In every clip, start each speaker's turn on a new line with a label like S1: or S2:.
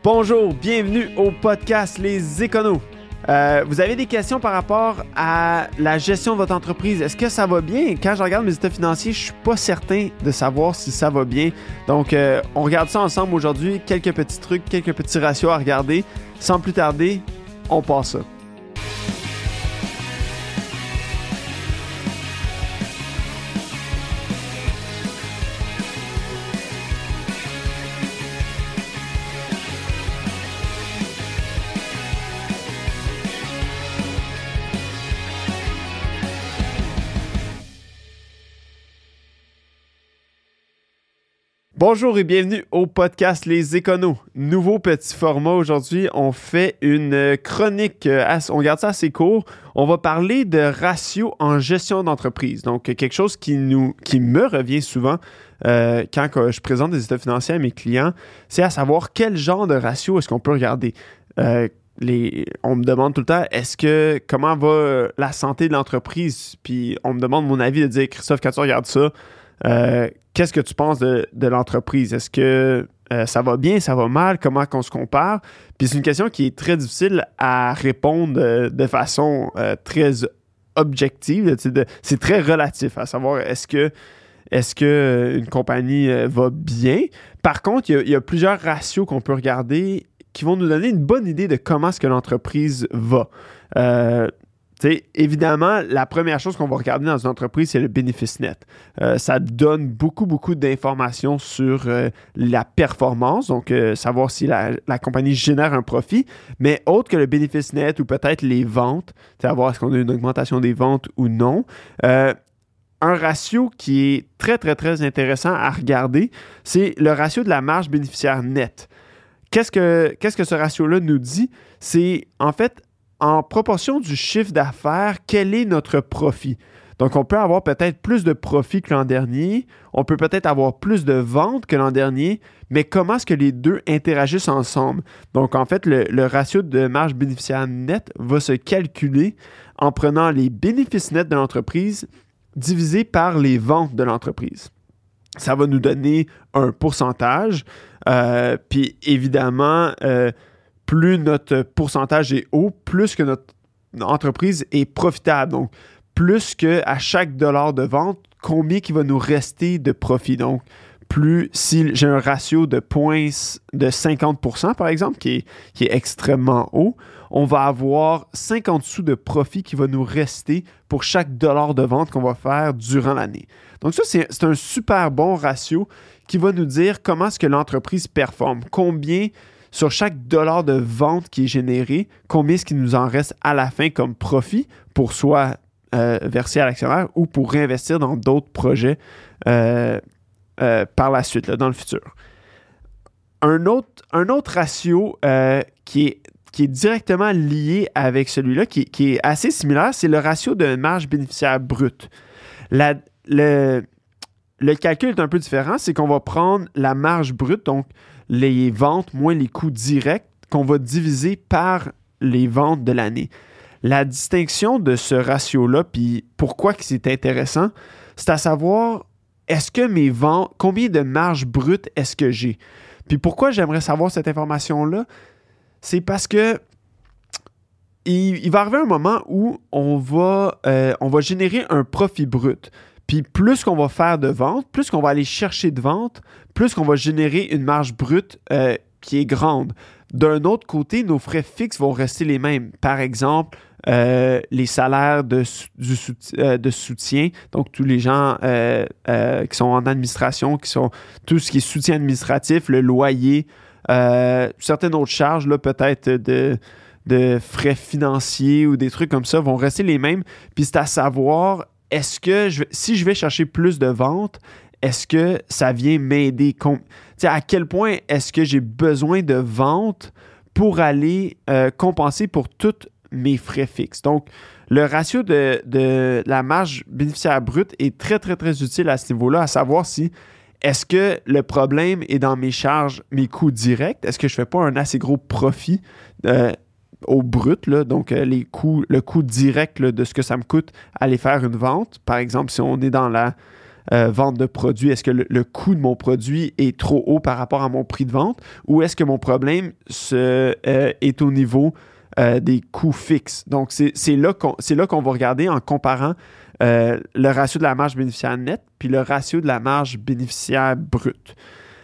S1: Bonjour, bienvenue au podcast Les Éconos. Vous avez des questions par rapport à la gestion de votre entreprise? Est-ce que ça va bien? Quand je regarde mes états financiers, je ne suis pas certain de savoir si ça va bien. Donc, on regarde ça ensemble aujourd'hui. Quelques petits trucs, quelques petits ratios à regarder. Sans plus tarder, on passe ça. Bonjour et bienvenue au podcast Les Éconos. Nouveau petit format aujourd'hui, on fait une chronique, on garde ça assez court. On va parler de ratio en gestion d'entreprise. Donc, quelque chose qui me revient souvent quand je présente des états financiers à mes clients, c'est à savoir quel genre de ratio est-ce qu'on peut regarder. On me demande tout le temps, comment va la santé de l'entreprise? Puis on me demande mon avis de dire, Christophe, quand tu regardes ça, qu'est-ce que tu penses de l'entreprise? Est-ce que ça va bien, ça va mal? Comment on se compare? Puis c'est une question qui est très difficile à répondre de façon très objective. C'est très relatif à savoir est-ce que une compagnie va bien? Par contre, il y a plusieurs ratios qu'on peut regarder qui vont nous donner une bonne idée de comment est-ce que l'entreprise va. Évidemment, la première chose qu'on va regarder dans une entreprise, c'est le bénéfice net. Ça donne beaucoup d'informations sur la performance, donc savoir si la compagnie génère un profit, mais autre que le bénéfice net ou peut-être les ventes, savoir est-ce qu'on a une augmentation des ventes ou non. Un ratio qui est très, très, très intéressant à regarder, c'est le ratio de la marge bénéficiaire nette. Qu'est-ce que ce ratio-là nous dit? C'est en fait en proportion du chiffre d'affaires, quel est notre profit? Donc, on peut avoir peut-être plus de profit que l'an dernier, on peut peut-être avoir plus de ventes que l'an dernier, mais comment est-ce que les deux interagissent ensemble? Donc, en fait, le ratio de marge bénéficiaire nette va se calculer en prenant les bénéfices nets de l'entreprise divisé par les ventes de l'entreprise. Ça va nous donner un pourcentage, puis évidemment, plus notre pourcentage est haut, plus que notre entreprise est profitable. Donc, plus qu'à chaque dollar de vente, combien il va nous rester de profit. Donc, plus si j'ai un ratio de 50%, par exemple, qui est extrêmement haut, on va avoir 50 sous de profit qui va nous rester pour chaque dollar de vente qu'on va faire durant l'année. Donc ça, c'est un super bon ratio qui va nous dire comment est-ce que l'entreprise performe, combien sur chaque dollar de vente qui est généré, combien est-ce qu'il nous en reste à la fin comme profit pour soit verser à l'actionnaire ou pour réinvestir dans d'autres projets par la suite, là, dans le futur. Un autre ratio qui est directement lié avec celui-là, qui est assez similaire, c'est le ratio de marge bénéficiaire brute. Le calcul est un peu différent, c'est qu'on va prendre la marge brute, donc les ventes moins les coûts directs qu'on va diviser par les ventes de l'année. La distinction de ce ratio-là, puis pourquoi c'est intéressant, c'est à savoir, est-ce que mes ventes, combien de marge brute est-ce que j'ai? Puis pourquoi j'aimerais savoir cette information-là? C'est parce que il va arriver un moment où on va générer un profit brut. Puis plus qu'on va faire de ventes, plus qu'on va aller chercher de ventes, plus qu'on va générer une marge brute qui est grande. D'un autre côté, nos frais fixes vont rester les mêmes. Par exemple, les salaires de soutien, donc tous les gens qui sont en administration, qui sont tout ce qui est soutien administratif, le loyer, certaines autres charges, là, peut-être de frais financiers ou des trucs comme ça, vont rester les mêmes. Puis c'est à savoir, si je vais chercher plus de ventes, est-ce que ça vient m'aider? À quel point est-ce que j'ai besoin de ventes pour aller compenser pour tous mes frais fixes? Donc, le ratio de la marge bénéficiaire brute est très, très, très utile à ce niveau-là, à savoir si est-ce que le problème est dans mes charges, mes coûts directs? Est-ce que je ne fais pas un assez gros profit au brut, là, donc le coût direct là, de ce que ça me coûte aller faire une vente? Par exemple, si on est dans vente de produits? Est-ce que le coût de mon produit est trop haut par rapport à mon prix de vente? Ou est-ce que mon problème est au niveau des coûts fixes? Donc, c'est là qu'on va regarder en comparant le ratio de la marge bénéficiaire nette puis le ratio de la marge bénéficiaire brute.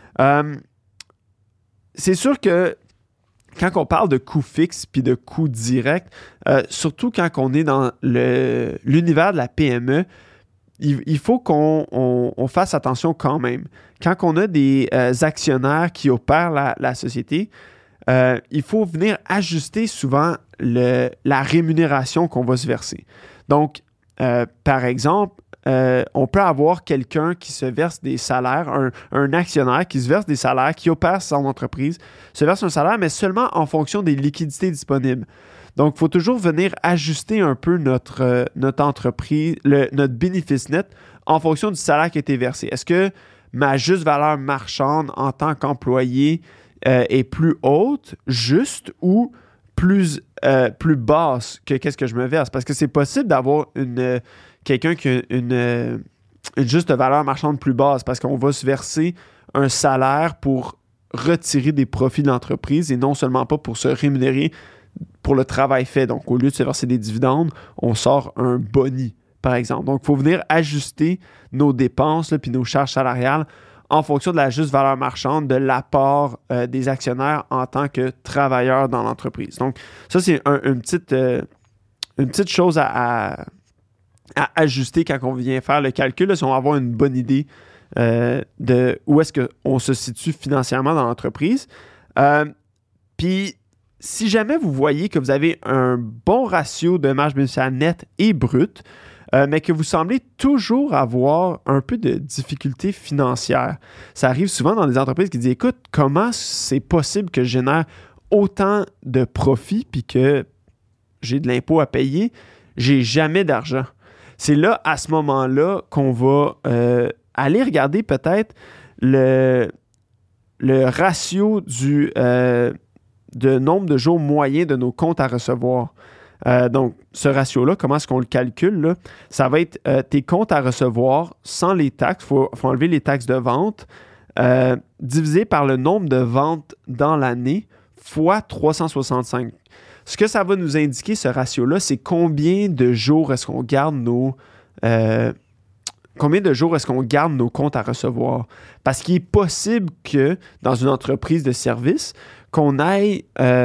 S1: C'est sûr que quand on parle de coûts fixes puis de coûts directs, surtout quand on est dans l'univers de la PME, il faut qu'on fasse attention quand même. Quand on a des actionnaires qui opèrent la société, il faut venir ajuster souvent la rémunération qu'on va se verser. Donc, par exemple, on peut avoir quelqu'un qui se verse des salaires, un actionnaire qui se verse des salaires, qui opère son entreprise, se verse un salaire, mais seulement en fonction des liquidités disponibles. Donc, il faut toujours venir ajuster un peu notre entreprise, notre bénéfice net en fonction du salaire qui a été versé. Est-ce que ma juste valeur marchande en tant qu'employé est plus haute, juste, ou plus basse que qu'est-ce que je me verse? Parce que c'est possible d'avoir quelqu'un qui a une juste valeur marchande plus basse parce qu'on va se verser un salaire pour retirer des profits de l'entreprise et non seulement pas pour se rémunérer pour le travail fait. Donc, au lieu de se verser des dividendes, on sort un boni, par exemple. Donc, il faut venir ajuster nos dépenses puis nos charges salariales en fonction de la juste valeur marchande de l'apport des actionnaires en tant que travailleurs dans l'entreprise. Donc, ça, c'est une petite chose à ajuster quand on vient faire le calcul, là, si on va avoir une bonne idée de où est-ce qu'on se situe financièrement dans l'entreprise. Puis, si jamais vous voyez que vous avez un bon ratio de marge bénéficiaire nette et brute, mais que vous semblez toujours avoir un peu de difficultés financières, ça arrive souvent dans des entreprises qui disent « Écoute, comment c'est possible que je génère autant de profits puis que j'ai de l'impôt à payer? J'ai jamais d'argent. » C'est là, à ce moment-là, qu'on va aller regarder peut-être le ratio de nombre de jours moyens de nos comptes à recevoir. Donc, ce ratio-là, comment est-ce qu'on le calcule? Là? Ça va être tes comptes à recevoir sans les taxes. Il faut enlever les taxes de vente, divisé par le nombre de ventes dans l'année, fois 365. Ce que ça va nous indiquer, ce ratio-là, c'est combien de jours est-ce qu'on garde nos comptes à recevoir. Parce qu'il est possible que dans une entreprise de service, qu'on ait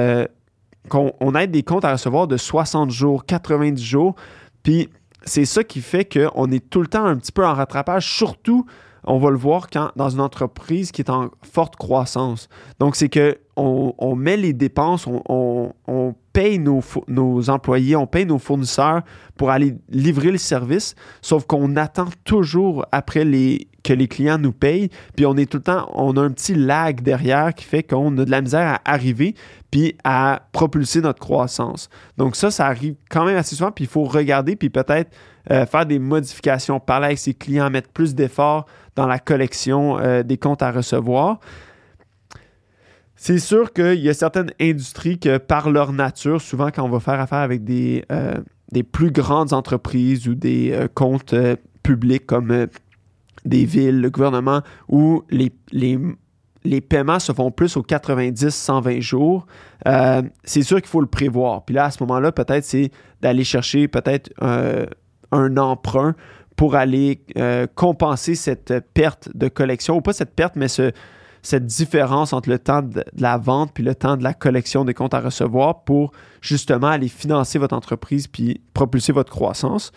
S1: des comptes à recevoir de 60 jours, 90 jours, puis c'est ça qui fait qu'on est tout le temps un petit peu en rattrapage, surtout, on va le voir dans une entreprise qui est en forte croissance. Donc, c'est qu'on met les dépenses, on paye nos employés, on paye nos fournisseurs pour aller livrer le service, sauf qu'on attend toujours après que les clients nous payent, puis on est tout le temps, on a un petit lag derrière qui fait qu'on a de la misère à arriver puis à propulser notre croissance. Donc ça arrive quand même assez souvent, puis il faut regarder, puis peut-être faire des modifications, parler avec ses clients, mettre plus d'efforts dans la collection des comptes à recevoir. C'est sûr qu'il y a certaines industries que, par leur nature, souvent quand on va faire affaire avec des plus grandes entreprises ou des comptes publics comme des villes, le gouvernement, où les paiements se font plus aux 90-120 jours, c'est sûr qu'il faut le prévoir. Puis là, à ce moment-là, peut-être c'est d'aller chercher peut-être un emprunt pour aller compenser cette perte de collection, ou pas cette perte, mais cette différence entre le temps de la vente puis le temps de la collection des comptes à recevoir pour justement aller financer votre entreprise puis propulser votre croissance.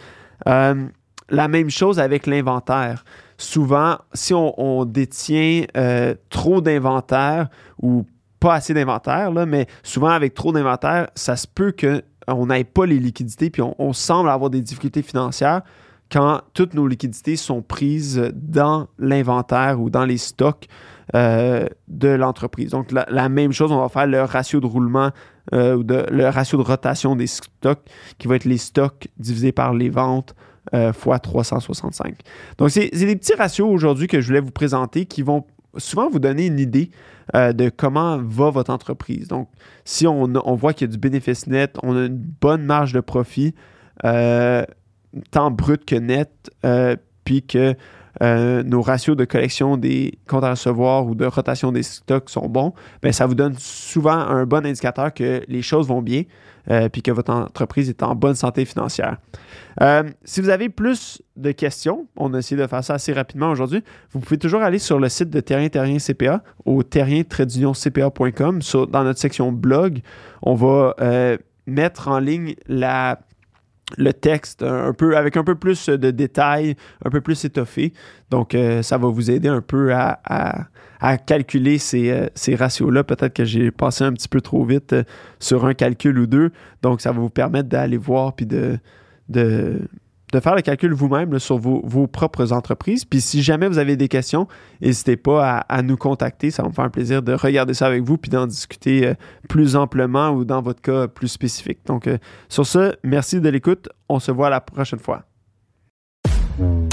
S1: La même chose avec l'inventaire. Souvent, si on détient trop d'inventaire ou pas assez d'inventaire, là, mais souvent avec trop d'inventaire, ça se peut qu'on n'ait pas les liquidités puis on semble avoir des difficultés financières quand toutes nos liquidités sont prises dans l'inventaire ou dans les stocks de l'entreprise. Donc, la même chose, on va faire le ratio de roulement ou le ratio de rotation des stocks qui va être les stocks divisés par les ventes fois 365. Donc, c'est des petits ratios aujourd'hui que je voulais vous présenter qui vont souvent vous donner une idée de comment va votre entreprise. Donc, si on voit qu'il y a du bénéfice net, on a une bonne marge de profit, tant brut que net, puis que nos ratios de collection des comptes à recevoir ou de rotation des stocks sont bons, bien, ça vous donne souvent un bon indicateur que les choses vont bien puis que votre entreprise est en bonne santé financière. Si vous avez plus de questions, on a essayé de faire ça assez rapidement aujourd'hui, vous pouvez toujours aller sur le site de Terrien CPA au terrien-cpa.com. Dans notre section blog, on va mettre en ligne le texte avec un peu plus de détails, un peu plus étoffé. Donc, ça va vous aider un peu à calculer ces ratios-là. Peut-être que j'ai passé un petit peu trop vite sur un calcul ou deux. Donc, ça va vous permettre d'aller voir puis de faire le calcul vous-même là, sur vos propres entreprises. Puis si jamais vous avez des questions, n'hésitez pas à nous contacter. Ça va me faire un plaisir de regarder ça avec vous puis d'en discuter plus amplement ou dans votre cas plus spécifique. Donc, sur ce, merci de l'écoute. On se voit la prochaine fois.